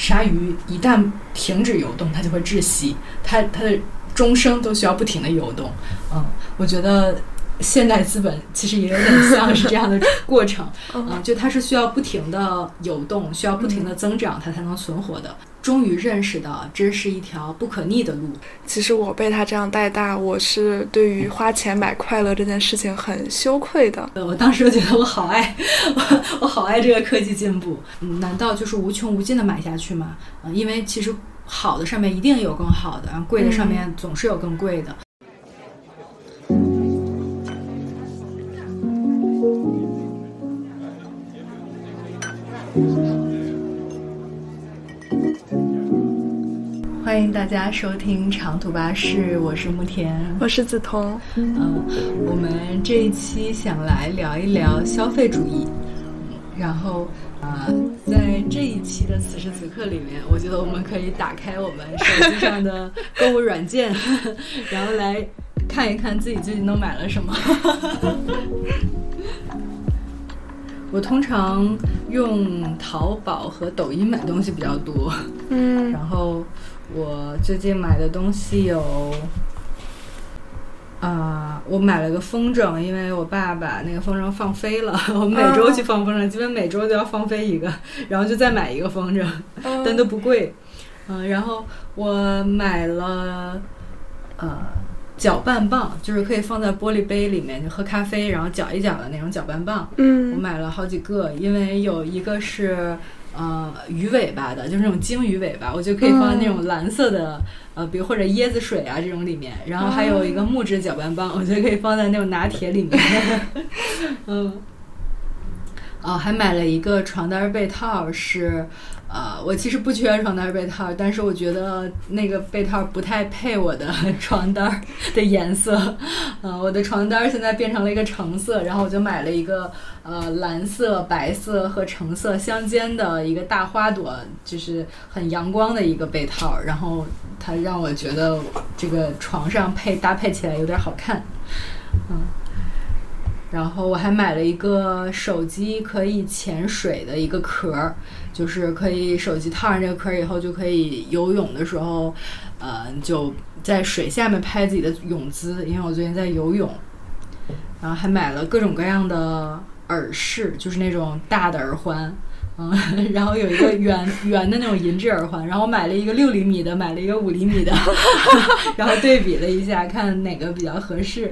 鲨鱼一旦停止游动，它就会窒息，它的终生都需要不停的游动。我觉得现代资本其实也有点像是这样的过程，就它是需要不停的游动，需要不停的增长，它才能存活的。终于认识到这是一条不可逆的路。 其实我被他这样带大，我是对于花钱买快乐这件事情很羞愧的。 我当时就觉得我好爱我好爱这个科技进步。难道就是无穷无尽的买下去吗？因为其实好的上面一定有更好的，然后贵的上面总是有更贵的。欢迎大家收听长途巴士，我是慕田， 我是梓潼。 我们这一期想来聊一聊消费主义，然后在这一期的此时此刻里面，我觉得我们可以打开我们手机上的购物软件然后来看一看自己最近都买了什么我通常用淘宝和抖音买东西比较多，然后我最近买的东西有我买了个风筝，因为我爸把那个风筝放飞了，我每周去放风筝，基本每周都要放飞一个，然后就再买一个风筝，但都不贵。然后我买了搅拌棒，就是可以放在玻璃杯里面就喝咖啡然后搅一搅的那种搅拌棒。我买了好几个，因为有一个是鱼尾巴的，就是那种鲸鱼尾巴，我就可以放在那种蓝色的比如或者椰子水啊这种里面，然后还有一个木质搅拌棒，我觉得可以放在那种拿铁里面还买了一个床单被套，是我其实不缺床单被套，但是我觉得那个被套不太配我的床单的颜色。我的床单现在变成了一个橙色，然后我就买了一个蓝色、白色和橙色相间的一个大花朵，就是很阳光的一个被套，然后它让我觉得这个床上搭配起来有点好看。然后我还买了一个手机可以潜水的一个壳，就是可以手机套上这个壳以后就可以游泳的时候就在水下面拍自己的泳姿，因为我最近在游泳。然后还买了各种各样的耳饰，就是那种大的耳环，然后有一个圆的那种银质耳环，然后我买了一个6厘米的，买了一个5厘米的然后对比了一下看哪个比较合适。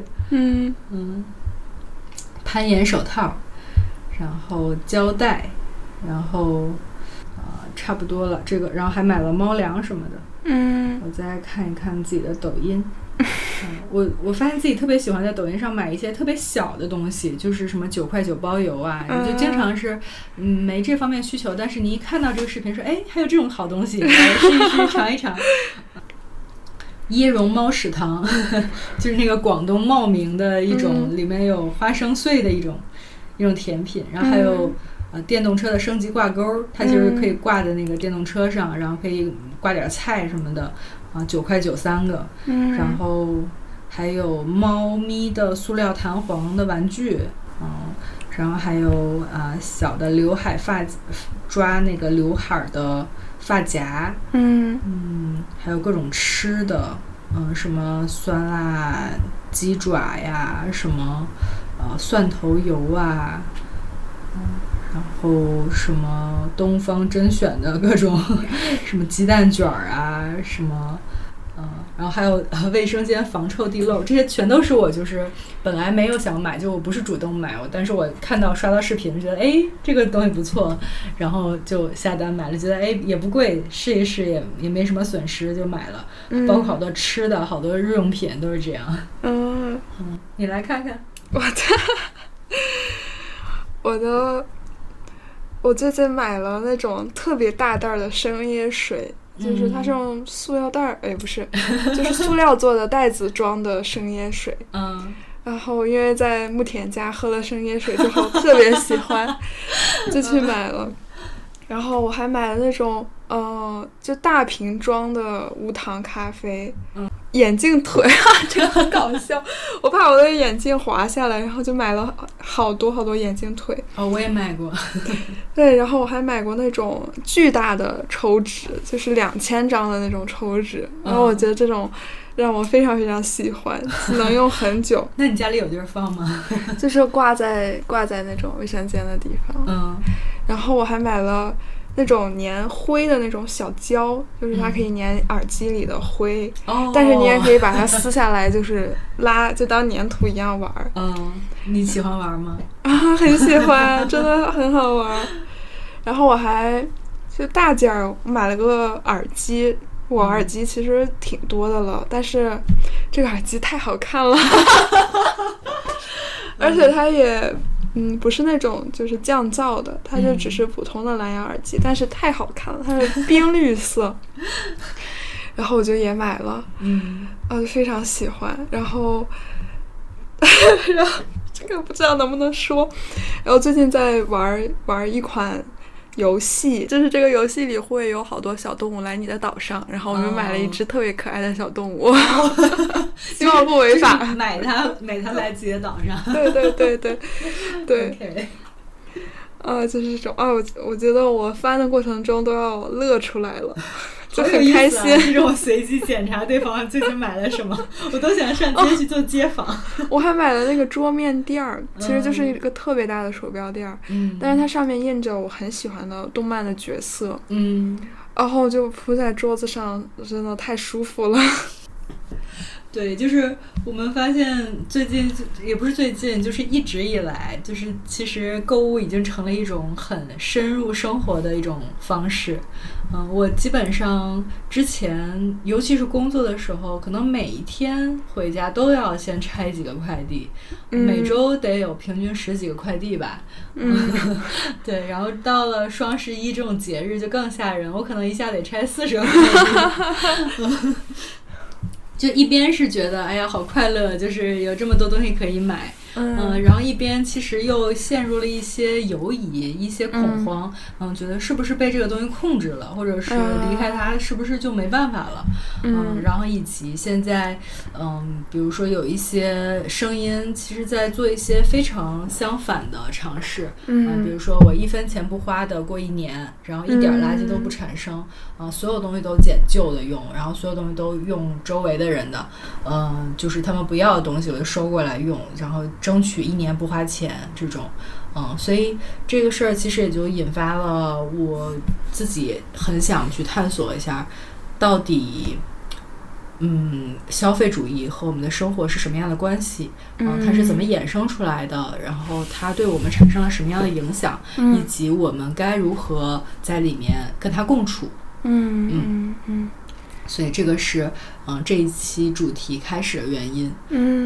攀岩手套，然后胶带，然后差不多了这个，然后还买了猫粮什么的。我再看一看自己的抖音。我发现自己特别喜欢在抖音上买一些特别小的东西，就是什么9块9包邮啊，你就经常是没这方面需求，但是你一看到这个视频说哎还有这种好东西，来试一试尝一尝。椰蓉猫屎糖就是那个广东茂名的一种里面有花生碎的一种甜品，然后还有电动车的升级挂钩，它就是可以挂在那个电动车上，然后可以挂点菜什么的9块93个。然后还有猫咪的塑料弹簧的玩具，然后还有小的刘海抓那个刘海的发夹，还有各种吃的，什么酸辣鸡爪呀，什么蒜头油啊，然后什么东方甄选的各种什么鸡蛋卷啊，什么然后还有卫生间防臭地漏，这些全都是我就是本来没有想买，就我不是主动买，但是我刷到视频觉得哎这个东西不错，然后就下单买了，觉得哎也不贵，试一试也没什么损失就买了。包括好多吃的好多日用品都是这样。你来看看。 我最近买了那种特别大袋的生椰水，就是它是用塑料袋不是就是塑料做的袋子装的生椰水。然后因为在慕田家喝了生椰水之后特别喜欢就去买了。然后我还买了那种就大瓶装的无糖咖啡， 眼镜腿啊，这个很搞笑。我怕我的眼镜滑下来，然后就买了好多眼镜腿。 哦，我也买过。 对，然后我还买过那种巨大的抽纸，就是2000张的那种抽纸。然后我觉得这种让我非常非常喜欢，能用很久。 那你家里有地儿放吗？ 就是挂在那种卫生间的地方。然后我还买了那种粘灰的那种小胶，就是它可以粘耳机里的灰，但是你也可以把它撕下来，就是就当粘土一样玩。 你喜欢玩吗？ 很喜欢，真的很好玩。然后我还就大件儿，我买了个耳机。我耳机其实挺多的了，但是这个耳机太好看了，而且它也不是那种就是降噪的，它就只是普通的蓝牙耳机，但是太好看了，它是冰绿色。然后我就也买了，非常喜欢。然后这个不知道能不能说。然后最近在玩一款游戏，就是这个游戏里会有好多小动物来你的岛上，然后我就买了一只特别可爱的小动物，希望不违法。 买它来自己的岛上。 对。 Okay. 就是这种我觉得我翻的过程中都要乐出来了，就很开心。 这种随机检查对方最近买了什么，我都想上街去做街访。 我还买了那个桌面垫儿，其实就是一个特别大的鼠标垫儿，但是它上面印着我很喜欢的动漫的角色，然后就铺在桌子上，真的太舒服了。 对，就是我们发现最近也不是最近，就是一直以来，就是其实购物已经成了一种很深入生活的一种方式。我基本上之前尤其是工作的时候，可能每一天回家都要先拆几个快递，每周得有平均10几个快递吧。对，然后到了双11这种节日就更吓人，我可能一下得拆40个快递。就一边是觉得哎呀好快乐，就是有这么多东西可以买，然后一边其实又陷入了一些犹疑、一些恐慌，觉得是不是被这个东西控制了，或者是离开它是不是就没办法了，然后以及现在比如说有一些声音其实在做一些非常相反的尝试，比如说我1分钱不花的过1年，然后一点垃圾都不产生，所有东西都捡旧的用，然后所有东西都用周围的人的，就是他们不要的东西我就收过来用，然后争取1年不花钱这种，所以这个事儿其实也就引发了我自己很想去探索一下，到底消费主义和我们的生活是什么样的关系，它是怎么衍生出来的，然后它对我们产生了什么样的影响，以及我们该如何在里面跟它共处。所以这个是这一期主题开始的原因。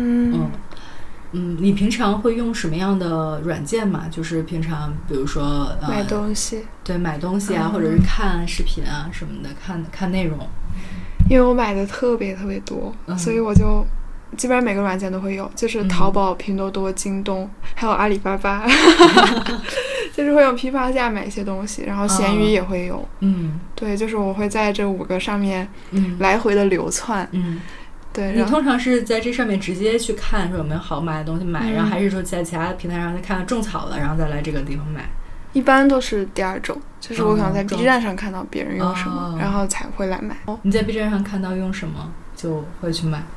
你平常会用什么样的软件嘛？就是平常比如说买东西， 对，买东西啊，或者是看视频啊什么的，看内容。 因为我买的特别特别多，所以我就基本上每个软件都会有，就是淘宝、拼多多、京东，还有阿里巴巴，就是会用批发价买一些东西，然后闲鱼也会有。对，就是我会在这5个上面来回的流窜。对， 你通常是在这上面直接去看说有没有好买的东西买，然后还是说在其他平台上再看到种草了，然后再来这个地方买？ 一般都是第二种，就是我可能在 B 站上看到别人用什么，然后才会来买。 你在 B 站上看到用什么就会去买？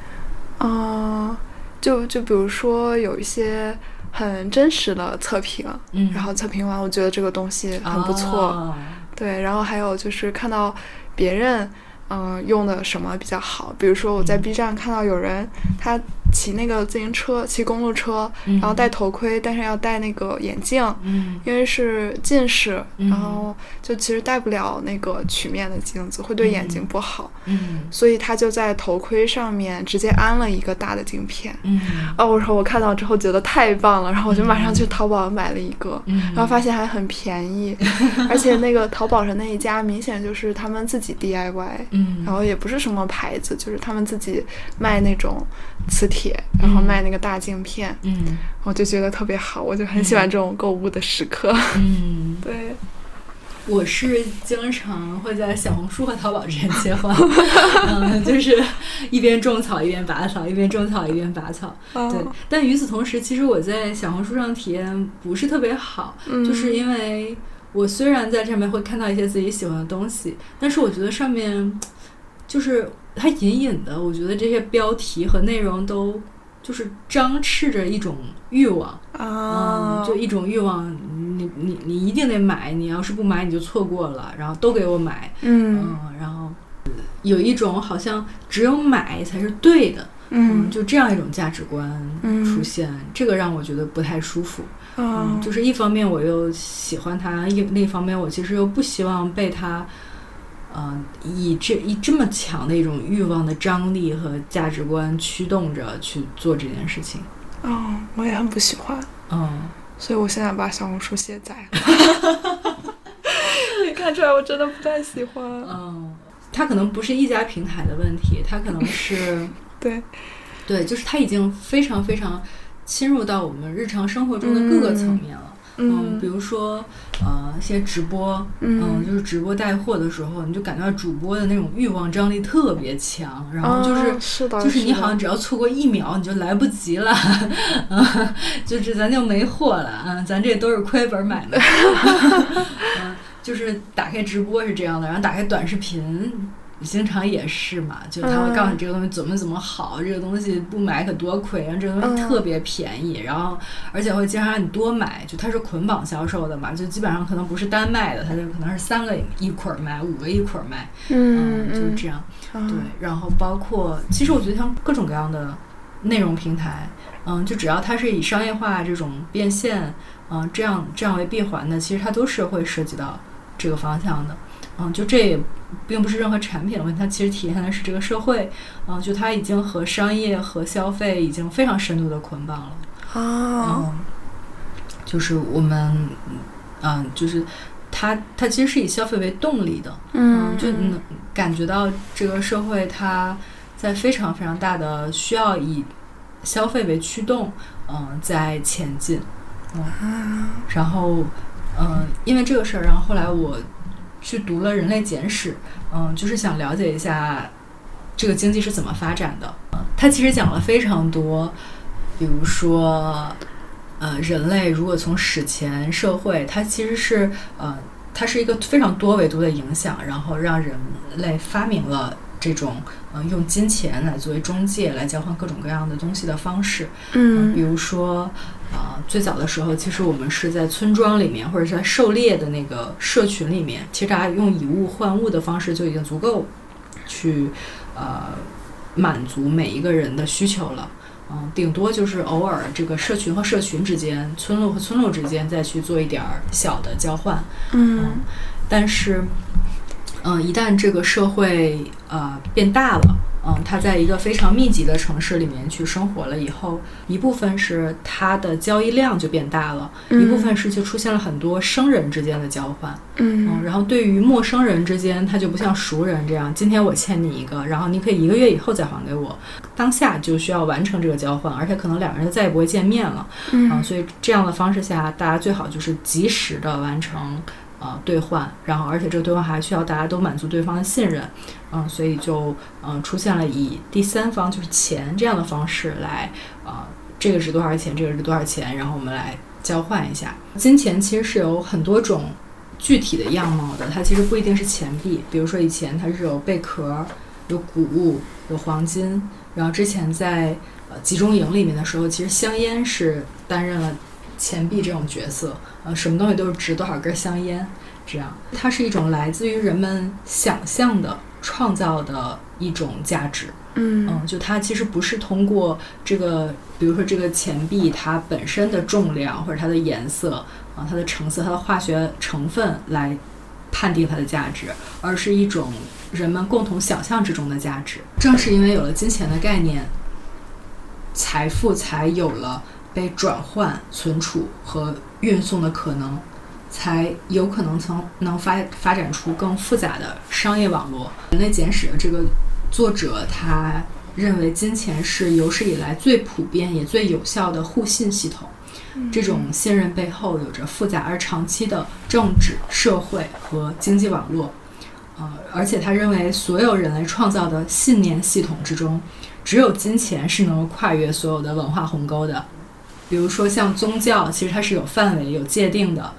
就比如说有一些很真实的测评，然后测评完我觉得这个东西很不错，对，然后还有就是看到别人用的什么比较好，比如说我在 B 站看到有人他骑那个自行车，骑公路车，然后戴头盔，但是要戴那个眼镜，因为是近视，然后就其实戴不了那个曲面的镜子，会对眼睛不好，所以他就在头盔上面直接安了一个大的镜片，我看到之后觉得太棒了，然后我就马上去淘宝买了一个，然后发现还很便宜，而且那个淘宝上那一家明显就是他们自己 DIY，然后也不是什么牌子，就是他们自己卖那种磁铁，然后卖那个大镜片，我就觉得特别好，我就很喜欢这种购物的时刻。对， 我是经常会在小红书和淘宝之间切换，就是一边种草一边拔草，一边种草一边拔草。对，但与此同时，其实我在小红书上体验不是特别好，就是因为我虽然在上面会看到一些自己喜欢的东西，但是我觉得上面就是它隐隐的，我觉得这些标题和内容都就是张斥着一种欲望就一种欲望，你一定得买，你要是不买你就错过了，然后都给我买，然后有一种好像只有买才是对的，就这样一种价值观出现，这个让我觉得不太舒服。就是一方面我又喜欢它，另一方面我其实又不希望被它以这么强的一种欲望的张力和价值观驱动着去做这件事情。 我也很不喜欢。所以我现在把小红书卸载了。你看出来我真的不太喜欢。 它可能不是一家平台的问题，它可能是对，就是它已经非常非常侵入到我们日常生活中的各个层面了。比如说一些直播，就是直播带货的时候，你就感觉到主播的那种欲望张力特别强，然后就是你好像只要错过1秒你就来不及了，就是咱就没货了，咱这都是亏本买的。就是打开直播是这样的，然后打开短视频经常也是嘛，就他会告诉你这个东西怎么好，这个东西不买可多亏，然后这个东西特别便宜，然后而且会经常让你多买，就它是捆绑销售的嘛，就基本上可能不是单卖的，它就可能是3个一捆卖，5个一捆卖，就是这样。对，然后包括其实我觉得像各种各样的内容平台，就只要它是以商业化这种变现，这样为闭环的，其实它都是会涉及到这个方向的。就这也并不是任何产品的问题，它其实体现的是这个社会，就它已经和商业和消费已经非常深度的捆绑了。就是我们，就是它其实是以消费为动力的，就能感觉到这个社会它在非常非常大的需要以消费为驱动，在前进。然后，因为这个事儿，然后后来我去读了《人类简史》，就是想了解一下这个经济是怎么发展的。它其实讲了非常多，比如说，人类如果从史前社会，它其实是它是一个非常多维度的影响，然后让人类发明了这种用金钱来作为中介来交换各种各样的东西的方式。比如说最早的时候，其实我们是在村庄里面，或者是在狩猎的那个社群里面，其实大家用以物换物的方式就已经足够去满足每一个人的需求了。顶多就是偶尔这个社群和社群之间，村落和村落之间再去做一点小的交换。但是一旦这个社会变大了，它在一个非常密集的城市里面去生活了以后，一部分是它的交易量就变大了，一部分是就出现了很多生人之间的交换。然后对于陌生人之间，它就不像熟人这样，今天我欠你一个，然后你可以1个月以后再还给我，当下就需要完成这个交换，而且可能2个人再也不会见面了。所以这样的方式下，大家最好就是及时的完成兑换，然后而且这个兑换还需要大家都满足对方的信任，所以就出现了以第三方就是钱这样的方式来这个值多少钱，这个值多少钱，然后我们来交换一下。金钱其实是有很多种具体的样貌的，它其实不一定是钱币，比如说以前它是有贝壳、有谷物、有黄金，然后之前在集中营里面的时候，其实香烟是担任了钱币这种角色，什么东西都是值多少根香烟，这样它是一种来自于人们想象的创造的一种价值。就它其实不是通过这个，比如说这个钱币它本身的重量或者它的颜色它的成色、它的化学成分来判定它的价值，而是一种人们共同想象之中的价值。正是因为有了金钱的概念，财富才有了被转换、存储和运送的可能，才有可能发展出更复杂的商业网络。人类简史的这个作者他认为金钱是有史以来最普遍也最有效的互信系统。 这种信任背后有着复杂而长期的政治、社会和经济网络。而且他认为所有人类创造的信念系统之中，只有金钱是能够跨越所有的文化鸿沟的。比如说像宗教，其实它是有范围、有界定的。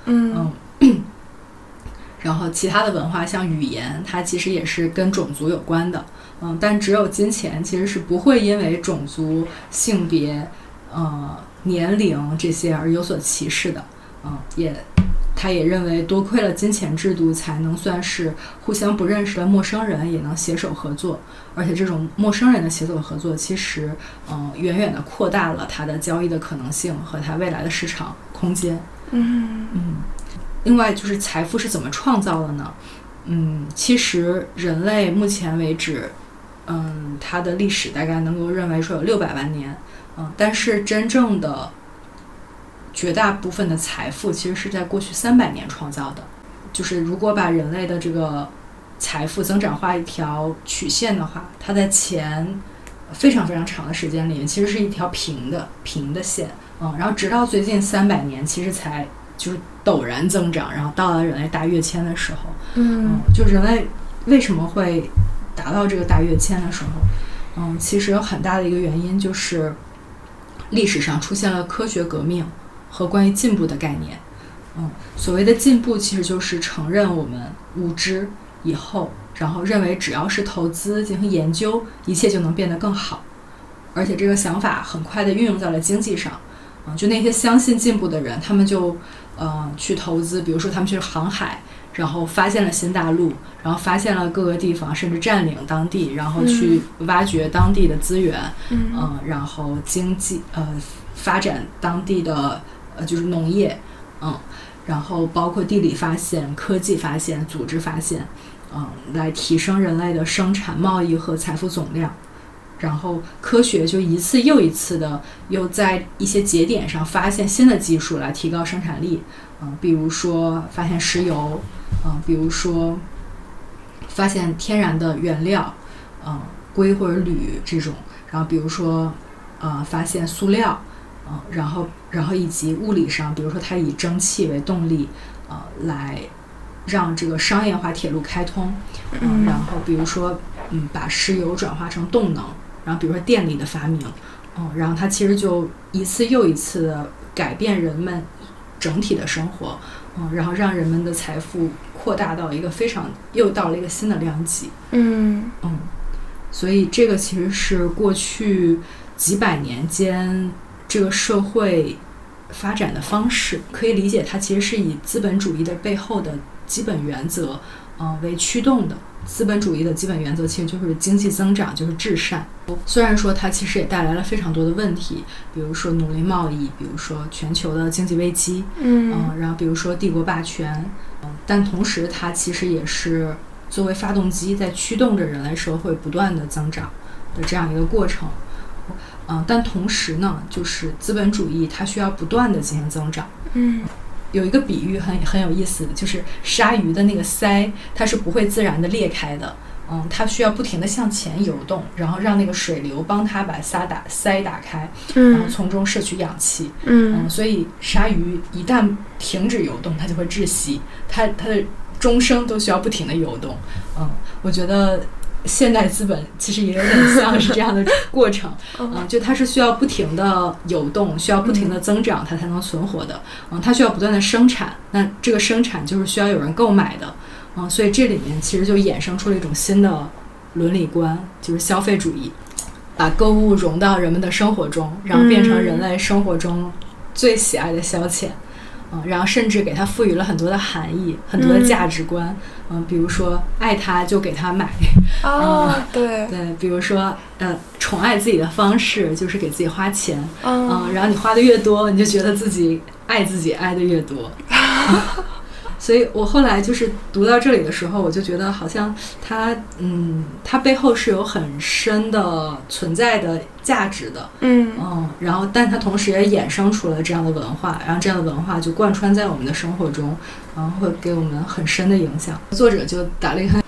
然后其他的文化像语言，它其实也是跟种族有关的。但只有金钱其实是不会因为种族、性别、年龄这些而有所歧视的。他也认为多亏了金钱制度，才能算是互相不认识的陌生人也能携手合作，而且这种陌生人的携手合作其实远远的扩大了他的交易的可能性和他未来的市场空间。另外就是财富是怎么创造的呢？其实人类目前为止它的历史大概能够认为说有600万年，但是真正的绝大部分的财富其实是在过去300年创造的。就是如果把人类的这个财富增长画一条曲线的话，它在前非常非常长的时间里面其实是一条平的线，然后直到最近300年其实才就是陡然增长，然后到了人类大跃迁的时候。就人类为什么会达到这个大跃迁的时候，其实有很大的一个原因就是历史上出现了科学革命和关于进步的概念。所谓的进步其实就是承认我们无知以后，然后认为只要是投资进行研究，一切就能变得更好。而且这个想法很快的运用在了经济上。就那些相信进步的人，他们就去投资，比如说他们去航海，然后发现了新大陆，然后发现了各个地方，甚至占领当地，然后去挖掘当地的资源，然后经济发展当地的就是农业，然后包括地理发现、科技发现、组织发现，来提升人类的生产、贸易和财富总量。然后科学就一次又一次的又在一些节点上发现新的技术来提高生产力，比如说发现石油，比如说发现天然的原料，硅或者铝这种，然后比如说发现塑料，然后以及物理上，比如说它以蒸汽为动力，来让这个商业化铁路开通，然后比如说把石油转化成动能，然后比如说电力的发明，然后它其实就一次又一次的改变人们整体的生活，然后让人们的财富扩大到一个又到了一个新的量级。所以这个其实是过去几百年间这个社会发展的方式，可以理解它其实是以资本主义的背后的基本原则为驱动的。资本主义的基本原则其实就是经济增长，就是至善。虽然说它其实也带来了非常多的问题，比如说奴隶贸易，比如说全球的经济危机，然后比如说帝国霸权，但同时它其实也是作为发动机在驱动着人类社会不断的增长的这样一个过程。但同时呢，就是资本主义它需要不断的进行增长。有一个比喻很有意思，就是鲨鱼的那个鳃，它是不会自然的裂开的，它需要不停的向前游动，然后让那个水流帮它把鳃打开，然后从中摄取氧气。所以鲨鱼一旦停止游动，它就会窒息，它的终生都需要不停的游动。我觉得现代资本其实也有点像是这样的过程，就它是需要不停的游动，需要不停的增长，它才能存活的。它需要不断的生产，那这个生产就是需要有人购买的。所以这里面其实就衍生出了一种新的伦理观，就是消费主义，把购物融到人们的生活中，然后变成人类生活中最喜爱的消遣。然后甚至给它赋予了很多的含义，很多的价值观。比如说爱他就给他买， 对， 比如说宠爱自己的方式就是给自己花钱，然后你花的越多，你就觉得自己爱的越多。所以我后来就是读到这里的时候，我就觉得好像它背后是有很深的存在的价值的，然后但它同时也衍生出了这样的文化，然后这样的文化就贯穿在我们的生活中，然后会给我们很深的影响。作者就打了一个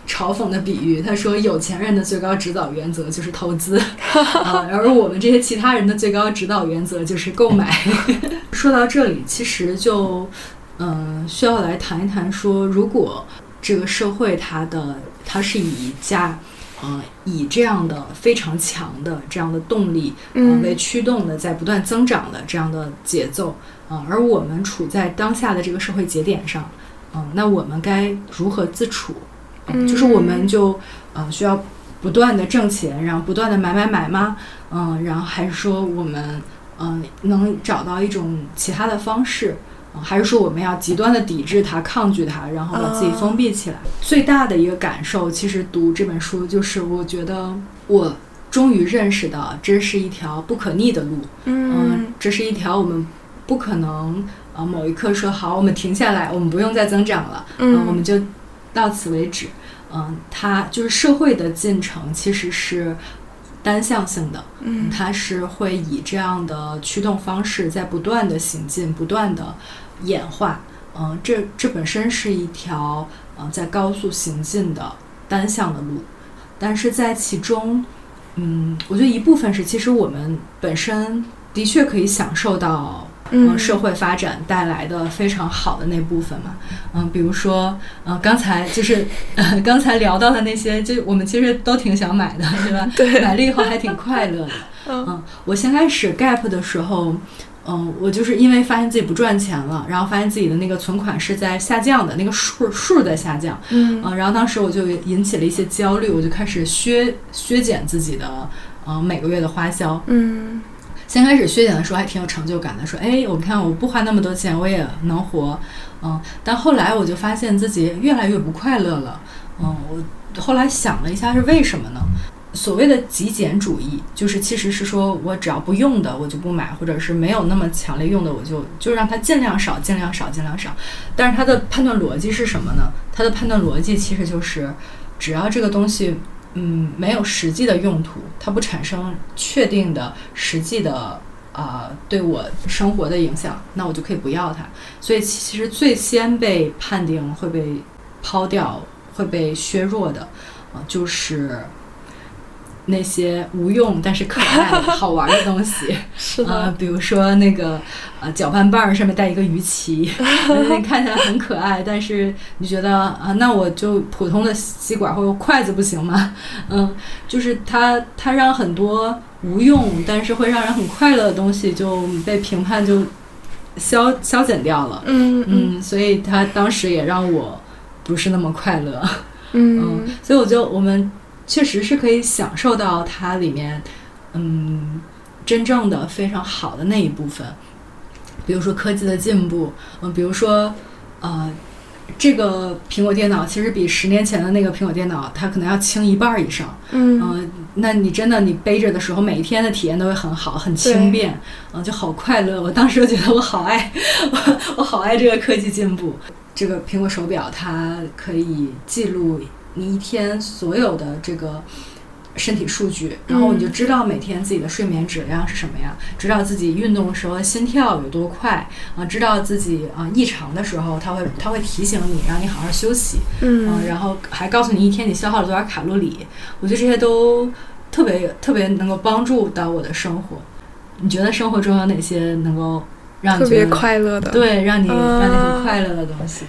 嘲讽的比喻，他说有钱人的最高指导原则就是投资而我们这些其他人的最高指导原则就是购买说到这里其实就需要来谈一谈说，如果这个社会它是以这样的非常强的这样的动力为驱动的，在不断增长的这样的节奏而我们处在当下的这个社会节点上那我们该如何自处就是我们就需要不断的挣钱，然后不断的买吗然后还是说我们能找到一种其他的方式还是说我们要极端的抵制它，抗拒它，然后把自己封闭起来最大的一个感受其实读这本书就是我觉得我终于认识到这是一条不可逆的路这是一条我们不可能某一刻说好我们停下来，我们不用再增长了我们就到此为止它就是社会的进程其实是单向性的它是会以这样的驱动方式在不断的行进，不断的演化这本身是一条在高速行进的单向的路，但是在其中我觉得一部分是其实我们本身的确可以享受到社会发展带来的非常好的那部分嘛比如说刚才就是刚才聊到的那些就我们其实都挺想买的对吧对， 买了以后还挺快乐的我先开始 gap 的时候我就是因为发现自己不赚钱了，然后发现自己的那个存款是在下降的，那个数在下降然后当时我就引起了一些焦虑，我就开始削减自己的每个月的花销先开始削减的时候还挺有成就感的，说我看我不花那么多钱我也能活但后来我就发现自己越来越不快乐了我后来想了一下是为什么呢，所谓的极简主义就是其实是说我只要不用的我就不买，或者是没有那么强烈用的我就让它尽量少，但是它的判断逻辑是什么呢？它的判断逻辑其实就是只要这个东西没有实际的用途，它不产生确定的实际的对我生活的影响，那我就可以不要它。所以其实最先被判定会被抛掉会被削弱的就是那些无用但是可爱好玩的东西是的比如说那个搅拌棒上面带一个鱼鳍看起来很可爱，但是你觉得那我就普通的吸管或者筷子不行吗就是它让很多无用但是会让人很快乐的东西就被评判就消减掉了所以它当时也让我不是那么快乐所以我们确实是可以享受到它里面真正的非常好的那一部分，比如说科技的进步比如说这个苹果电脑其实比10年前的那个苹果电脑它可能要轻一半以上那你真的你背着的时候每一天的体验都会很好很轻便就好快乐，我当时就觉得我好爱我好爱这个科技进步。这个苹果手表它可以记录你一天所有的这个身体数据，然后你就知道每天自己的睡眠质量是什么样，知道自己运动的时候心跳有多快知道自己异常的时候它会提醒你让你好好休息然后还告诉你一天你消耗了多少卡路里。我觉得这些都特别特别能够帮助到我的生活。你觉得生活中有哪些能够让你特别快乐的对让你很快乐的东西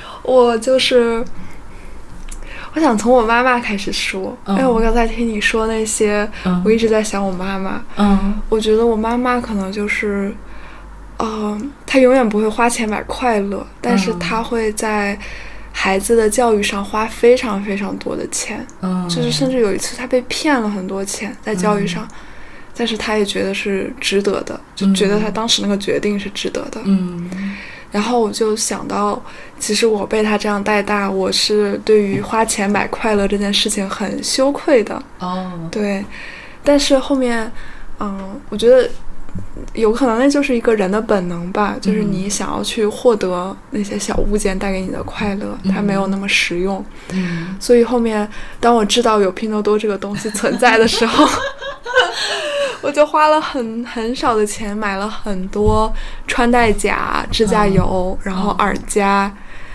我想从我妈妈开始说因为我刚才听你说那些我一直在想我妈妈我觉得我妈妈可能就是她永远不会花钱买快乐但是她会在孩子的教育上花非常非常多的钱就是甚至有一次她被骗了很多钱在教育上但是她也觉得是值得的就觉得她当时那个决定是值得的然后我就想到其实我被他这样带大我是对于花钱买快乐这件事情很羞愧的对但是后面我觉得有可能那就是一个人的本能吧就是你想要去获得那些小物件带给你的快乐它没有那么实用所以后面当我知道有拼多多这个东西存在的时候我就花了很少的钱买了很多穿戴甲指甲油然后耳夹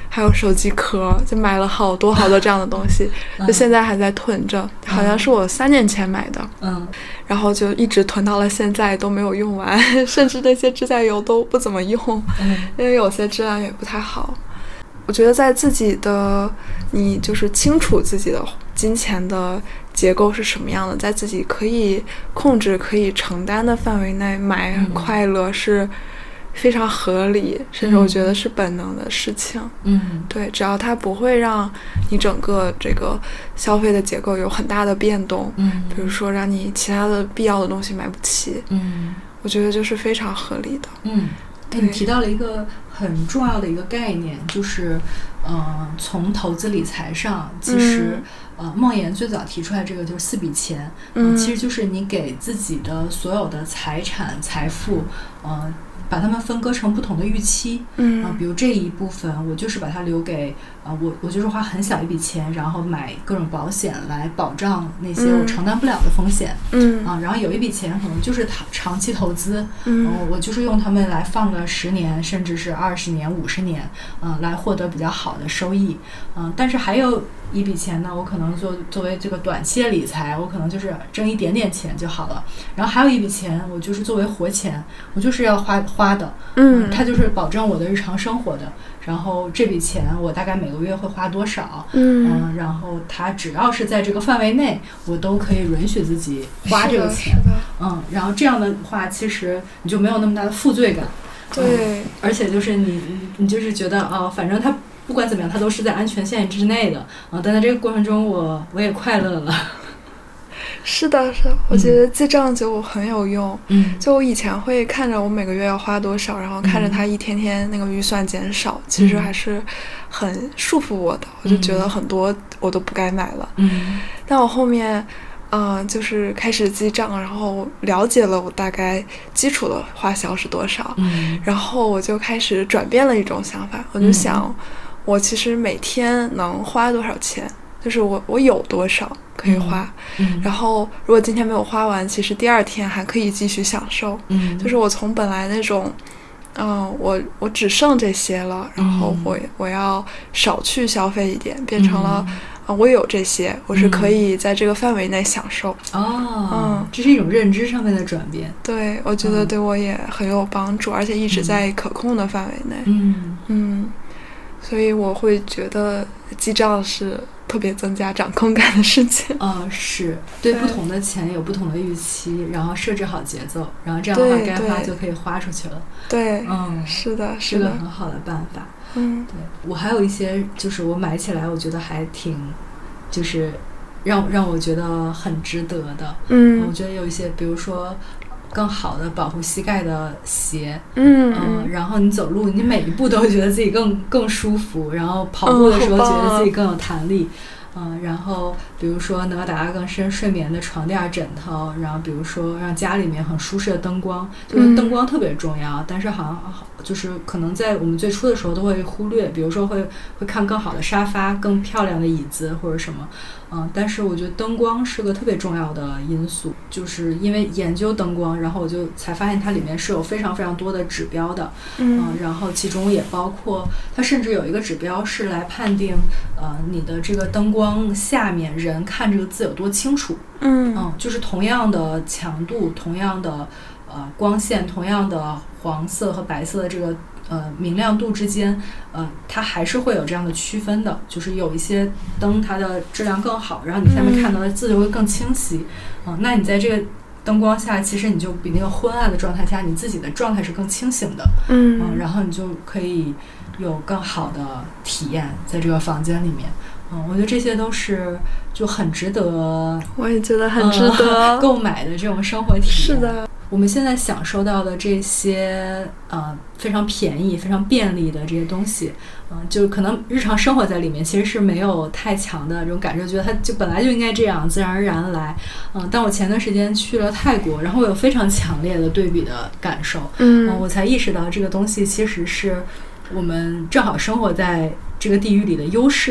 还有手机壳，就买了好多这样的东西，就现在还在囤着，好像是我3年前买的，然后就一直囤到了现在都没有用完，甚至那些指甲油都不怎么用，因为有些质量也不太好。我觉得在自己的你就是清楚自己的金钱的结构是什么样的，在自己可以控制可以承担的范围内买快乐是非常合理，甚至我觉得是本能的事情。对，只要它不会让你整个这个消费的结构有很大的变动，比如说让你其他的必要的东西买不起，我觉得就是非常合理的。 你提到了一个很重要的一个概念，就是从投资理财上，其实孟岩最早提出来这个就是4笔钱，其实就是你给自己的所有的财产财富把它们分割成不同的预期，比如这一部分我就是把它留给我就是花很小一笔钱，然后买各种保险来保障那些我承担不了的风险，然后有一笔钱可能就是长期投资，我就是用它们来放个10年甚至是20年50年，来获得比较好的收益，但是还有一笔钱呢，我可能作为这个短期的理财，我可能就是挣一点点钱就好了，然后还有一笔钱我就是作为活钱，我就是要花的，它就是保证我的日常生活的，然后这笔钱我大概每个月会花多少，然后它只要是在这个范围内，我都可以允许自己花这个钱，然后这样的话，其实你就没有那么大的负罪感， 对， 而且就是你就是觉得反正它不管怎么样，它都是在安全线之内的，但在这个过程中我也快乐了。 是的，我觉得记账就很有用。就我以前会看着我每个月要花多少，然后看着它一天天那个预算减少，其实还是很束缚我的，我就觉得很多我都不该买了。但我后面就是开始记账，然后了解了我大概基础的花销是多少，然后我就开始转变了一种想法，我就想我其实每天能花多少钱，就是我有多少可以花，然后如果今天没有花完，其实第二天还可以继续享受，就是我从本来那种我只剩这些了，然后我要少去消费一点，变成了我有这些，我是可以在这个范围内享受。 这是一种认知上面的转变。 对，我觉得对我也很有帮助，而且一直在可控的范围内。所以我会觉得记账是特别增加掌控感的事情。 是对不同的钱有不同的预期，然后设置好节奏，然后这样的话该花就可以花出去了。 对，是的， 是个很好的办法。对，我还有一些就是我买起来我觉得还挺就是让我觉得很值得的。我觉得有一些比如说更好的保护膝盖的鞋，然后你走路你每一步都会觉得自己更舒服，然后跑步的时候觉得自己更有弹力，然后比如说能够达到更深睡眠的床垫枕头，然后比如说让家里面很舒适的灯光，就是灯光特别重要，但是好像就是可能在我们最初的时候都会忽略，比如说会看更好的沙发、更漂亮的椅子或者什么，但是我觉得灯光是个特别重要的因素，就是因为研究灯光，然后我就才发现它里面是有非常非常多的指标的，然后其中也包括它甚至有一个指标是来判定你的这个灯光下面人看这个字有多清楚，就是同样的强度，同样的光线，同样的黄色和白色的这个明亮度之间，它还是会有这样的区分的，就是有一些灯它的质量更好，然后你下面看到的字就会更清晰，那你在这个灯光下，其实你就比那个昏暗的状态下，你自己的状态是更清醒的，然后你就可以有更好的体验在这个房间里面。我觉得这些都是就很值得， 我也觉得很值得购买的这种生活体验。 是的， 我们现在享受到的这些非常便宜、非常便利的这些东西，就可能日常生活在里面其实是没有太强的这种感受，觉得它就本来就应该这样，自然而然来。但我前段时间去了泰国，然后我有非常强烈的对比的感受，我才意识到这个东西其实是我们正好生活在这个地域里的优势，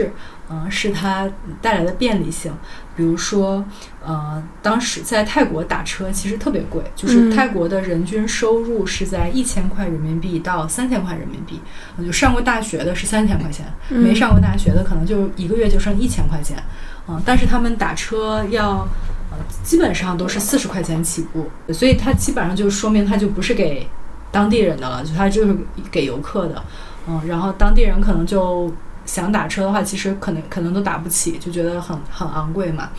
是它带来的便利性。比如说，当时在泰国打车其实特别贵，就是泰国的人均收入是在1000块人民币到3000块人民币。就上过大学的是3000块钱，没上过大学的可能就一个月就剩1000块钱。但是他们打车要基本上都是40块钱起步，所以它基本上就说明它就不是给当地人的了，就它就是给游客的。然后当地人可能就想打车的话，其实可能都打不起，就觉得很昂贵嘛。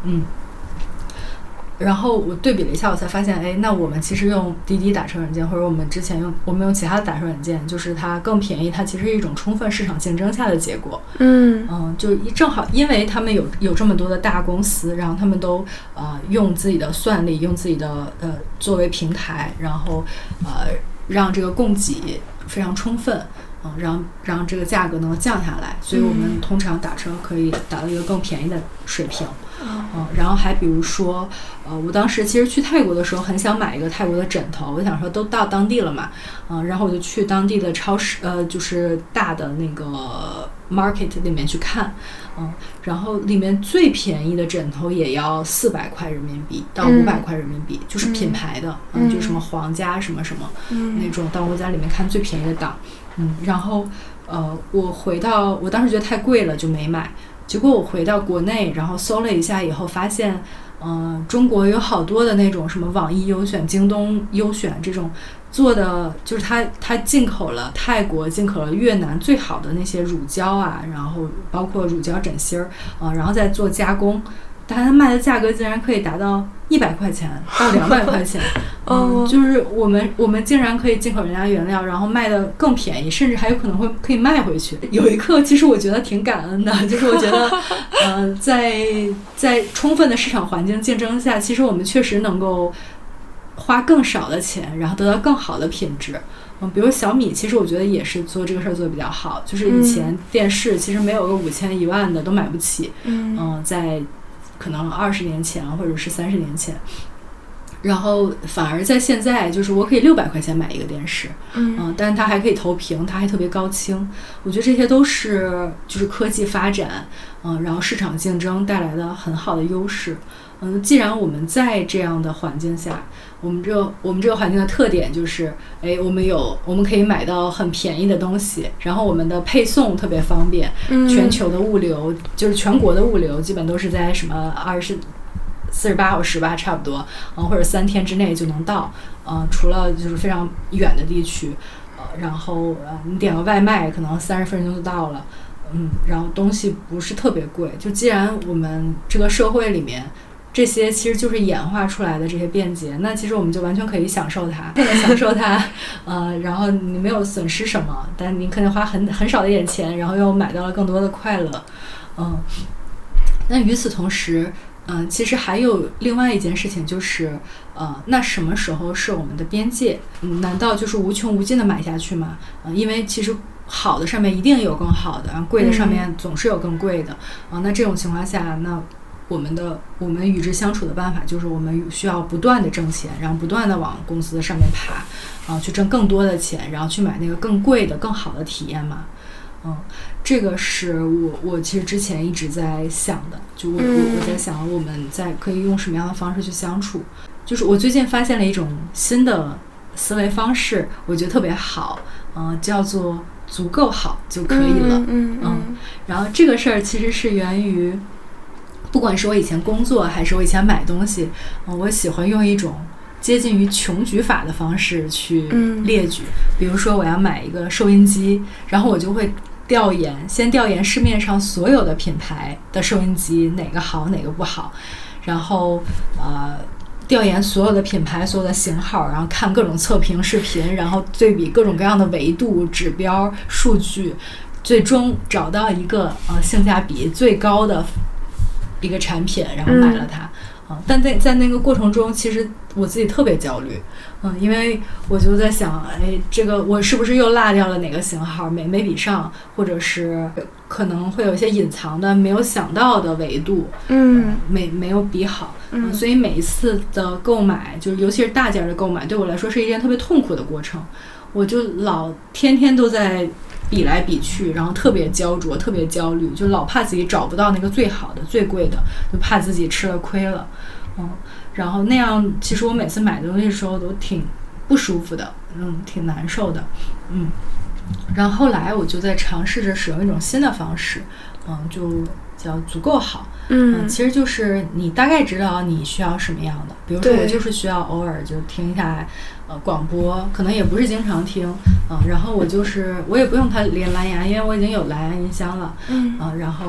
然后我对比了一下，我才发现，那我们其实用滴滴打车软件，或者我们之前我们用其他的打车软件，就是它更便宜，它其实是一种充分市场竞争下的结果。就正好因为他们有这么多的大公司，然后他们都用自己的算力，用自己的作为平台，然后让这个供给非常充分。让这个价格能降下来，所以我们通常打车可以达到一个更便宜的水平。然后还比如说，我当时其实去泰国的时候很想买一个泰国的枕头，我想说都到当地了嘛，然后我就去当地的超市，就是大的那个 market 里面去看，然后里面最便宜的枕头也要400块人民币到500块人民币，就是品牌的，就什么皇家什么什么那种，到我家里面看最便宜的档。然后我当时觉得太贵了就没买，结果我回到国内，然后搜了一下以后发现，中国有好多的那种什么网易优选、京东优选这种做的，就是它进口了泰国、进口了越南最好的那些乳胶啊，然后包括乳胶枕芯儿，然后再做加工。但它卖的价格竟然可以达到100块钱到200块钱，就是我们竟然可以进口人家原料，然后卖的更便宜，甚至还有可能可以卖回去。有一刻，其实我觉得挺感恩的，就是我觉得，在充分的市场环境竞争下，其实我们确实能够花更少的钱，然后得到更好的品质。比如小米，其实我觉得也是做这个事儿做得比较好，就是以前电视其实没有个5000、1万的都买不起，在可能20年前或者是30年前，然后反而在现在，就是我可以600块钱买一个电视，但是它还可以投屏，它还特别高清。我觉得这些都是就是科技发展，然后市场竞争带来的很好的优势。既然我们在这样的环境下，我们这个环境的特点就是，我们可以买到很便宜的东西，然后我们的配送特别方便，全球的物流就是全国的物流基本都是在什么48或18差不多，或者3天之内就能到，除了就是非常远的地区，然后你点个外卖可能30分钟就到了，然后东西不是特别贵。就既然我们这个社会里面这些其实就是演化出来的这些便捷，那其实我们就完全可以享受它，然后你没有损失什么，但你可能花很少的一点钱，然后又买到了更多的快乐，那与此同时，其实还有另外一件事情，就是那什么时候是我们的边界？难道就是无穷无尽的买下去吗？因为其实好的上面一定有更好的，然后贵的上面总是有更贵的，那这种情况下，那我们与之相处的办法就是我们需要不断的挣钱，然后不断的往公司的上面爬，去挣更多的钱，然后去买那个更贵的更好的体验嘛。这个是我其实之前一直在想的，就我在想我们可以用什么样的方式去相处。就是我最近发现了一种新的思维方式，我觉得特别好，叫做足够好就可以了。然后这个事儿其实是源于，不管是我以前工作还是我以前买东西，我喜欢用一种接近于穷举法的方式去列举。比如说我要买一个收音机，然后我就会先调研市面上所有的品牌的收音机哪个好哪个不好，然后调研所有的品牌所有的型号，然后看各种测评视频，然后对比各种各样的维度指标数据，最终找到一个性价比最高的一个产品，然后买了它。但在那个过程中，其实我自己特别焦虑，因为我就在想，这个我是不是又落掉了哪个型号没比上，或者是可能会有一些隐藏的没有想到的维度，没有比好，所以每一次的购买，就是尤其是大件的购买，对我来说是一件特别痛苦的过程。我就天天都在比来比去，然后特别焦灼，特别焦虑，就老怕自己找不到那个最好的、最贵的，就怕自己吃了亏了。然后那样，其实我每次买东西的时候都挺不舒服的，挺难受的，然后后来我就在尝试着使用一种新的方式，就叫足够好。其实就是你大概知道你需要什么样的，比如说我就是需要偶尔就听一下广播，可能也不是经常听，然后我也不用它连蓝牙，因为我已经有蓝牙音箱了，然后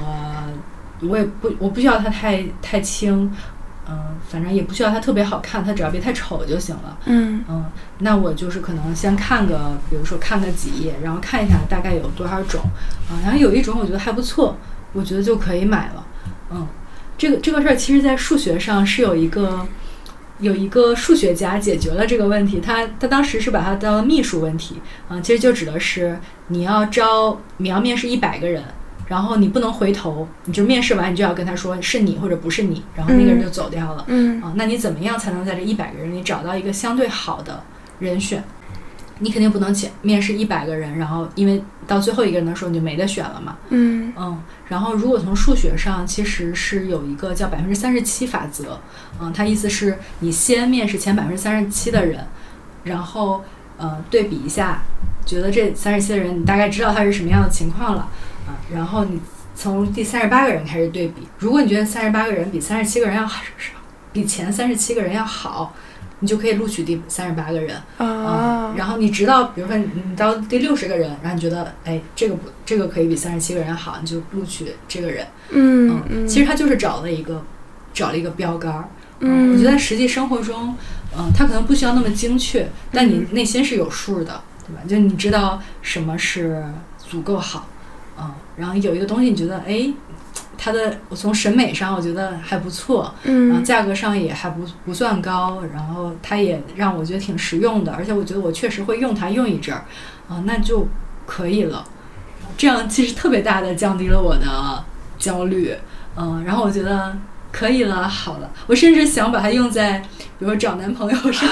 我不需要它太轻。反正也不需要它特别好看，它只要别太丑就行了。那我就是可能先比如说看个几页，然后看一下大概有多少种，然后有一种我觉得还不错，我觉得就可以买了。这个事儿其实在数学上是有一个数学家解决了这个问题，他当时是把它当秘书问题，其实就指的是你要面试100个人。然后你不能回头，你就面试完，你就要跟他说是你或者不是你，然后那个人就走掉了。那你怎么样才能在这100个人里找到一个相对好的人选？你肯定不能面试100个人，然后因为到最后一个人的时候你就没得选了嘛。然后如果从数学上，其实是有一个叫37%法则。它意思是你先面试前37%的人，然后对比一下，觉得这37的人你大概知道他是什么样的情况了。然后你从第38个人开始对比，如果你觉得38个人比37个人要好，比前37个人要好，你就可以录取第38个人。然后你直到比如说你到第60个人，然后你觉得这个可以比37个人好，你就录取这个人。其实他就是找了一个标杆。我觉得在实际生活中，他可能不需要那么精确，但你内心是有数的，对吧？就你知道什么是足够好。然后有一个东西你觉得我从审美上我觉得还不错，然后价格上也还不算高，然后它也让我觉得挺实用的，而且我觉得我确实会用它用一阵儿，那就可以了。这样其实特别大的降低了我的焦虑，然后我觉得可以了，好了，我甚至想把它用在比如说找男朋友上。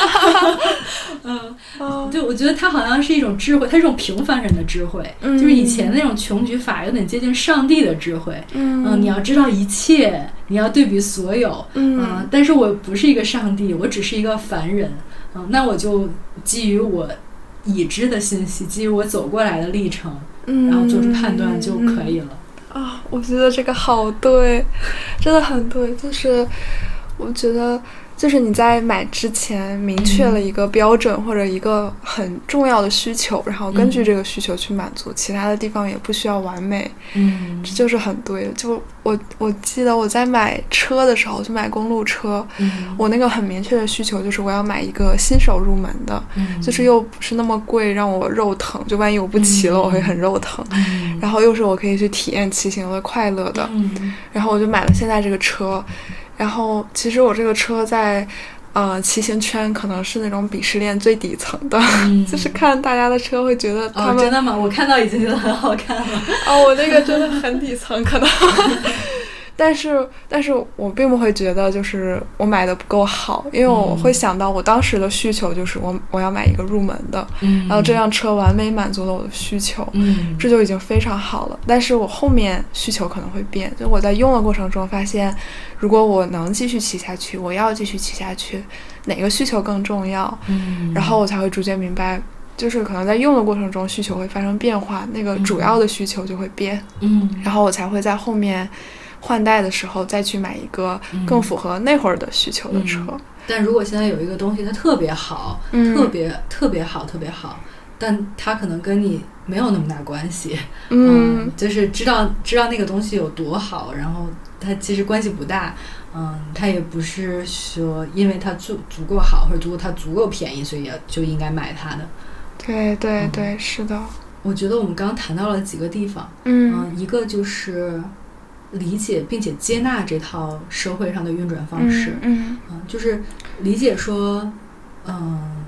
就我觉得它好像是一种智慧，它是一种平凡人的智慧，就是以前那种穷举法有点接近上帝的智慧。你要知道一切，你要对比所有。但是我不是一个上帝，我只是一个凡人。那我就基于我已知的信息，基于我走过来的历程，然后做出判断就可以了。 我觉得这个好对，真的很对。就是我觉得就是你在买之前明确了一个标准或者一个很重要的需求，然后根据这个需求去满足，其他的地方也不需要完美。这就是很对的。就我记得我在买车的时候，就买公路车，我那个很明确的需求就是我要买一个新手入门的，就是又不是那么贵让我肉疼，就万一我不骑了我会很肉疼，然后又是我可以去体验骑行的快乐的，然后我就买了现在这个车。然后其实我这个车在骑行圈可能是那种鄙视链最底层的，就是看大家的车会觉得他们真的吗？我看到已经觉得很好看了。 我那个真的很底层可能。但是我并不会觉得就是我买的不够好，因为我会想到我当时的需求就是我要买一个入门的，然后这辆车完美满足了我的需求，这就已经非常好了。但是我后面需求可能会变，就我在用的过程中发现，如果我能继续骑下去，我要继续骑下去，哪个需求更重要？然后我才会逐渐明白，就是可能在用的过程中需求会发生变化，那个主要的需求就会变，然后我才会在后面换代的时候再去买一个更符合那会儿的需求的车。 但如果现在有一个东西它特别好，特别好，但它可能跟你没有那么大关系，就是知道那个东西有多好，然后它其实关系不大，它也不是说因为它足够好或者它足够便宜所以就应该买它的。 对，是的。 我觉得我们刚刚谈到了几个地方，一个就是理解并且接纳这套社会上的运转方式，就是理解说，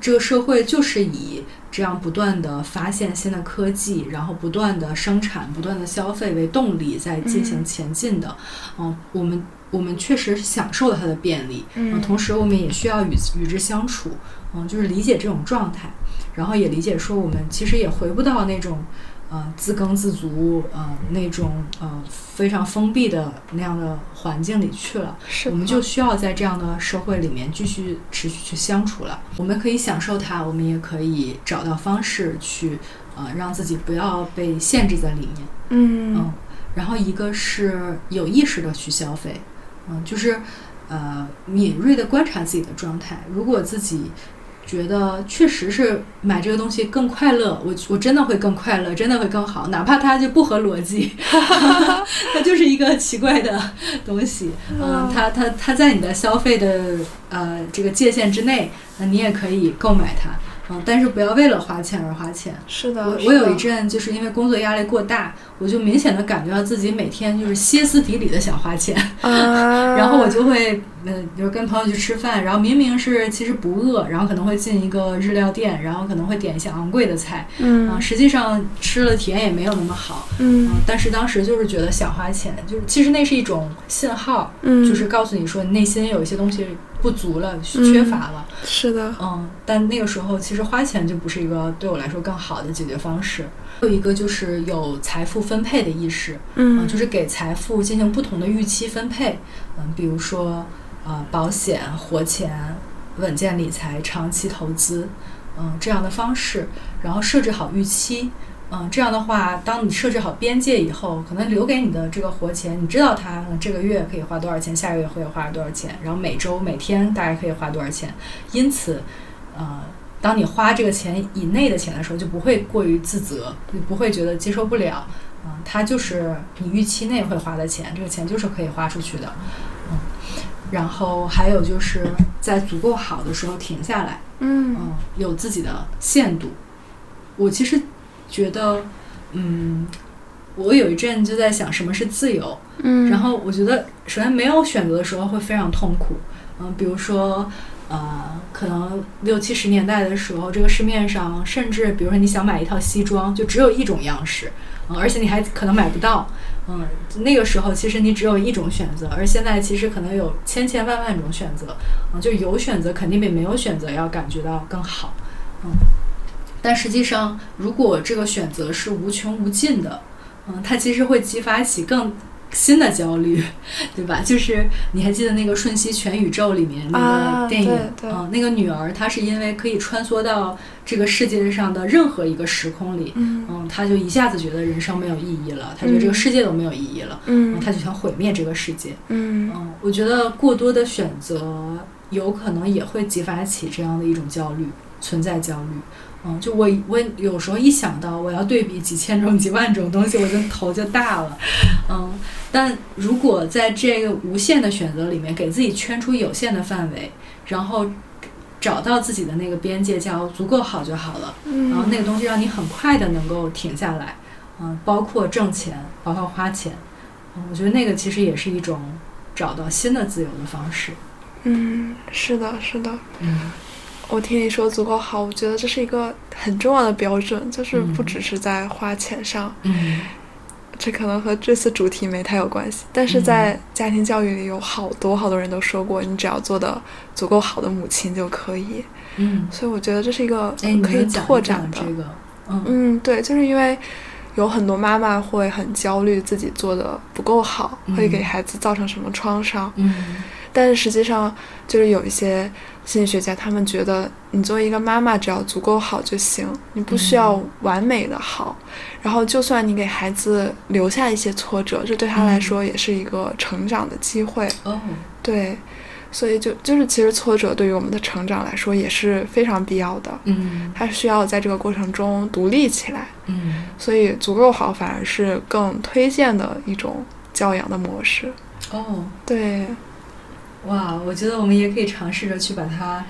这个社会就是以这样不断的发现新的科技，然后不断的生产、不断的消费为动力在进行前进的。我们确实享受了它的便利，同时我们也需要与之相处，就是理解这种状态，然后也理解说我们其实也回不到那种自耕自足那种非常封闭的那样的环境里去了。我们就需要在这样的社会里面继续持续去相处了。我们可以享受它，我们也可以找到方式去让自己不要被限制在里面。然后一个是有意识的去消费，就是敏锐的观察自己的状态。如果自己觉得确实是买这个东西更快乐，我真的会更快乐，真的会更好，哪怕它就不合逻辑它就是一个奇怪的东西，它在你的消费的这个界限之内，那你也可以购买它。但是不要为了花钱而花钱。 是的， 我有一阵就是因为工作压力过大，我就明显的感觉到自己每天就是歇斯底里的想花钱，然后我就会比如跟朋友去吃饭，然后明明是其实不饿，然后可能会进一个日料店，然后可能会点一些昂贵的菜，实际上吃了体验也没有那么好，但是当时就是觉得想花钱，就是其实那是一种信号，就是告诉你说你内心有一些东西不足了，缺乏了。 是的， 但那个时候其实花钱就不是一个对我来说更好的解决方式。还有一个就是有财富分配的意识，就是给财富进行不同的预期分配，比如说保险、活钱、稳健理财、长期投资，这样的方式，然后设置好预期。这样的话，当你设置好边界以后，可能留给你的这个活钱，你知道它这个月可以花多少钱，下个月会花多少钱，然后每周每天大概可以花多少钱。因此当你花这个钱以内的钱的时候，就不会过于自责，你不会觉得接受不了，它就是你预期内会花的钱，这个钱就是可以花出去的。然后还有就是在足够好的时候停下来，有自己的限度。我其实觉得我有一阵就在想什么是自由，然后我觉得首先没有选择的时候会非常痛苦，比如说可能60、70年代的时候，这个市面上甚至比如说你想买一套西装就只有一种样式，而且你还可能买不到，那个时候其实你只有一种选择，而现在其实可能有千万种选择，就有选择肯定比没有选择要感觉到更好，但实际上如果这个选择是无穷无尽的，它其实会激发起更新的焦虑，对吧？就是你还记得那个《瞬息全宇宙》里面那个电影，那个女儿她是因为可以穿梭到这个世界上的任何一个时空里，她就一下子觉得人生没有意义了，她觉得这个世界都没有意义了，她就想毁灭这个世界。我觉得过多的选择有可能也会激发起这样的一种焦虑，存在焦虑。就我有时候一想到我要对比几千种几万种东西，我就头就大了。但如果在这个无限的选择里面给自己圈出有限的范围，然后找到自己的那个边界，叫足够好就好了，然后那个东西让你很快的能够停下来，包括挣钱，包括花钱，我觉得那个其实也是一种找到新的自由的方式。 是的，是的。我听你说足够好，我觉得这是一个很重要的标准，就是不只是在花钱上，这可能和这次主题没太有关系，但是在家庭教育里有好多人都说过，你只要做的足够好的母亲就可以。所以我觉得这是一个可以拓展的。对，就是因为有很多妈妈会很焦虑自己做的不够好，会给孩子造成什么创伤。但是实际上就是有一些心理学家他们觉得你作为一个妈妈只要足够好就行，你不需要完美的好，然后就算你给孩子留下一些挫折，这对他来说也是一个成长的机会。对，所以就是其实挫折对于我们的成长来说也是非常必要的，他需要在这个过程中独立起来，所以足够好反而是更推荐的一种教养的模式。对， 哇，我觉得我们也可以尝试着去把它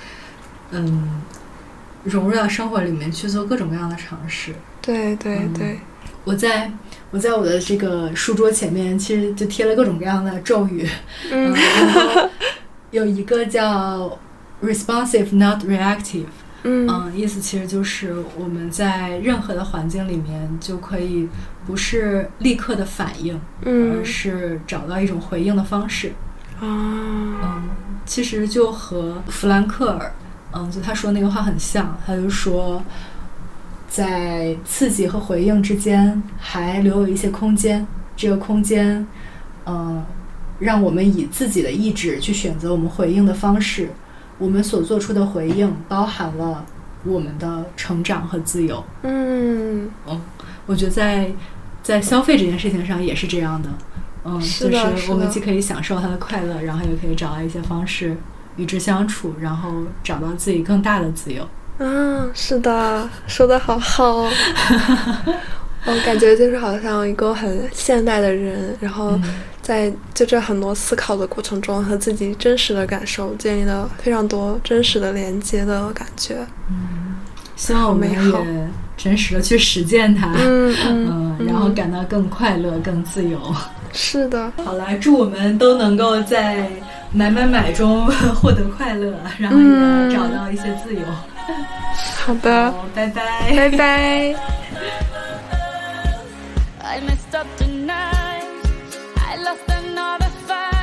融入到生活里面去做各种各样的尝试。 对， 我在我的这个书桌前面其实就贴了各种各样的咒语，然后有一个叫 responsive not reactive， 意思其实就是我们在任何的环境里面就可以不是立刻的反应，而是找到一种回应的方式。其实就和弗兰克尔，就他说那个话很像，他就说在刺激和回应之间还留有一些空间，这个空间让我们以自己的意志去选择我们回应的方式，我们所做出的回应包含了我们的成长和自由。我觉得在消费这件事情上也是这样的。就是我们既可以享受它的快乐，然后也可以找到一些方式与之相处，然后找到自己更大的自由。 是的，说得好好。我感觉就是好像一个很现代的人，然后在就这很多思考的过程中和自己真实的感受建立了非常多真实的连接的感觉。 希望我们也真实的去实践它，然后感到更快乐更自由。 是的。 好了，祝我们都能够在买中获得快乐，然后也找到一些自由。 好的， 拜拜， 拜拜。 I messed up tonight. I lost another fight.